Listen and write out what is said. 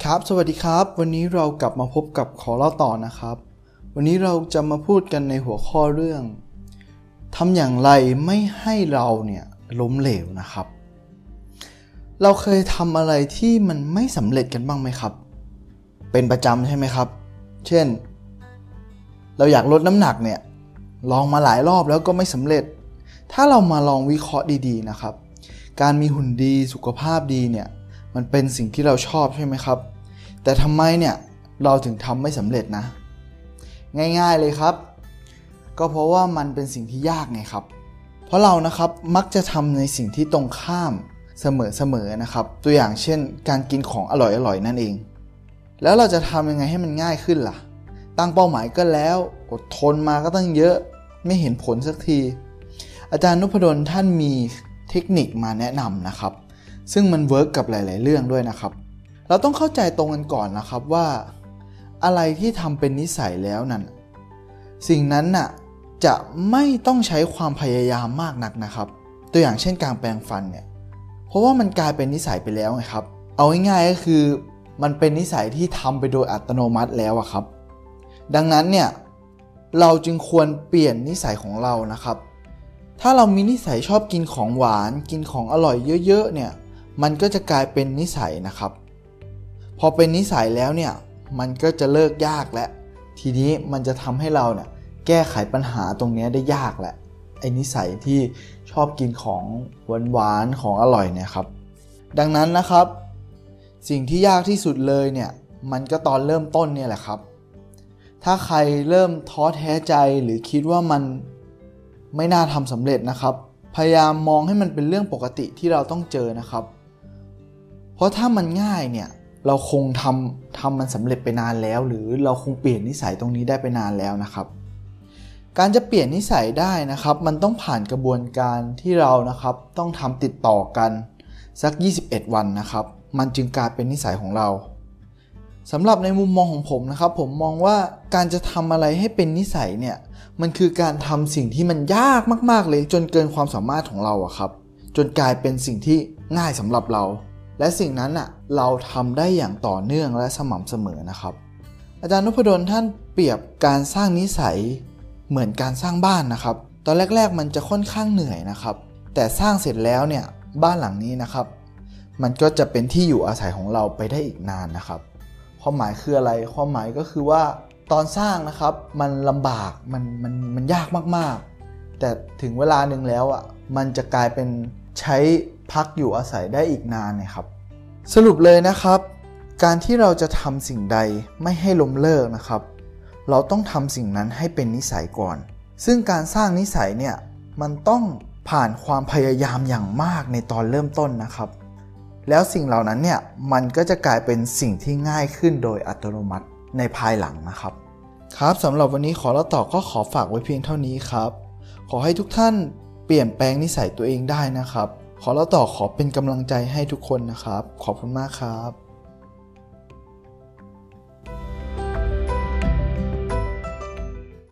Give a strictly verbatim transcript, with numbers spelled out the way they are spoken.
ครับสวัสดีครับวันนี้เรากลับมาพบกับขอเล่าต่อนะครับวันนี้เราจะมาพูดกันในหัวข้อเรื่องทำอย่างไรไม่ให้เราเนี่ยล้มเหลวนะครับเราเคยทำอะไรที่มันไม่สำเร็จกันบ้างไหมครับเป็นประจำใช่ไหมครับเช่นเราอยากลดน้ำหนักเนี่ยลองมาหลายรอบแล้วก็ไม่สำเร็จถ้าเรามาลองวิเคราะห์ดีๆนะครับการมีหุ่นดีสุขภาพดีเนี่ยมันเป็นสิ่งที่เราชอบใช่ไหมครับแต่ทำไมเนี่ยเราถึงทำไม่สำเร็จนะง่ายๆเลยครับก็เพราะว่ามันเป็นสิ่งที่ยากไงครับเพราะเรานะครับมักจะทำในสิ่งที่ตรงข้ามเสมอๆนะครับตัวอย่างเช่นการกินของอร่อยๆนั่นเองแล้วเราจะทำยังไงให้มันง่ายขึ้นล่ะตั้งเป้าหมายก็แล้วอดทนมาก็ตั้งเยอะไม่เห็นผลสักทีอาจารย์นพดลท่านมีเทคนิคมาแนะนำนะครับซึ่งมันเวิร์กกับหลายๆเรื่องด้วยนะครับเราต้องเข้าใจตรงกันก่อนนะครับว่าอะไรที่ทำเป็นนิสัยแล้วนั่นสิ่งนั้นน่ะจะไม่ต้องใช้ความพยายามมากนักนะครับตัวอย่างเช่นการแปรงฟันเนี่ยเพราะว่ามันกลายเป็นนิสัยไปแล้วไงครับเอาง่ายๆก็คือมันเป็นนิสัยที่ทำไปโดยอัตโนมัติแล้วอะครับดังนั้นเนี่ยเราจึงควรเปลี่ยนนิสัยของเรานะครับถ้าเรามีนิสัยชอบกินของหวานกินของอร่อยเยอะๆเนี่ยมันก็จะกลายเป็นนิสัยนะครับพอเป็นนิสัยแล้วเนี่ยมันก็จะเลิกยากและทีนี้มันจะทำให้เราเนี่ยแก้ไขปัญหาตรงนี้ได้ยากแหละไอ้นิสัยที่ชอบกินของหวานๆของอร่อยเนี่ยครับดังนั้นนะครับสิ่งที่ยากที่สุดเลยเนี่ยมันก็ตอนเริ่มต้นเนี่ยแหละครับถ้าใครเริ่มท้อแท้ใจหรือคิดว่ามันไม่น่าทำสำเร็จนะครับพยายามมองให้มันเป็นเรื่องปกติที่เราต้องเจอนะครับเพราะถ้ามันง่ายเนี่ยเราคงทำทำมันสำเร็จไปนานแล้วหรือเราคงเปลี่ยนนิสัยตรงนี้ได้ไปนานแล้วนะครับการจะเปลี่ยนนิสัยได้นะครับมันต้องผ่านกระบวนการที่เรานะครับต้องทำติดต่อกันสักยี่สิบเอ็ดวันนะครับมันจึงกลายเป็นนิสัยของเราสำหรับในมุมมองของผมนะครับผมมองว่าการจะทำอะไรให้เป็นนิสัยเนี่ยมันคือการทำสิ่งที่มันยากมากๆเลยจนเกินความสามารถของเราอะครับจนกลายเป็นสิ่งที่ง่ายสำหรับเราและสิ่งนั้นอ่ะเราทำได้อย่างต่อเนื่องและสม่ำเสมอนะครับอาจารย์นพดลท่านเปรียบการสร้างนิสัยเหมือนการสร้างบ้านนะครับตอนแรกๆมันจะค่อนข้างเหนื่อยนะครับแต่สร้างเสร็จแล้วเนี่ยบ้านหลังนี้นะครับมันก็จะเป็นที่อยู่อาศัยของเราไปได้อีกนานนะครับความหมายคืออะไรความหมายก็คือว่าตอนสร้างนะครับมันลำบากมันมันมันยากมากๆแต่ถึงเวลาหนึ่งแล้วอ่ะมันจะกลายเป็นใช้พักอยู่อาศัยได้อีกนานนะครับสรุปเลยนะครับการที่เราจะทำสิ่งใดไม่ให้ล้มเลิกนะครับเราต้องทำสิ่งนั้นให้เป็นนิสัยก่อนซึ่งการสร้างนิสัยเนี่ยมันต้องผ่านความพยายามอย่างมากในตอนเริ่มต้นนะครับแล้วสิ่งเหล่านั้นเนี่ยมันก็จะกลายเป็นสิ่งที่ง่ายขึ้นโดยอัตโนมัติในภายหลังนะครับครับสำหรับวันนี้ขอเล่าต่อก็ขอฝากไว้เพียงเท่านี้ครับขอให้ทุกท่านเปลี่ยนแปลงนิสัยตัวเองได้นะครับขอเล่าต่อขอเป็นกำลังใจให้ทุกคนนะครับขอบคุณมากครับ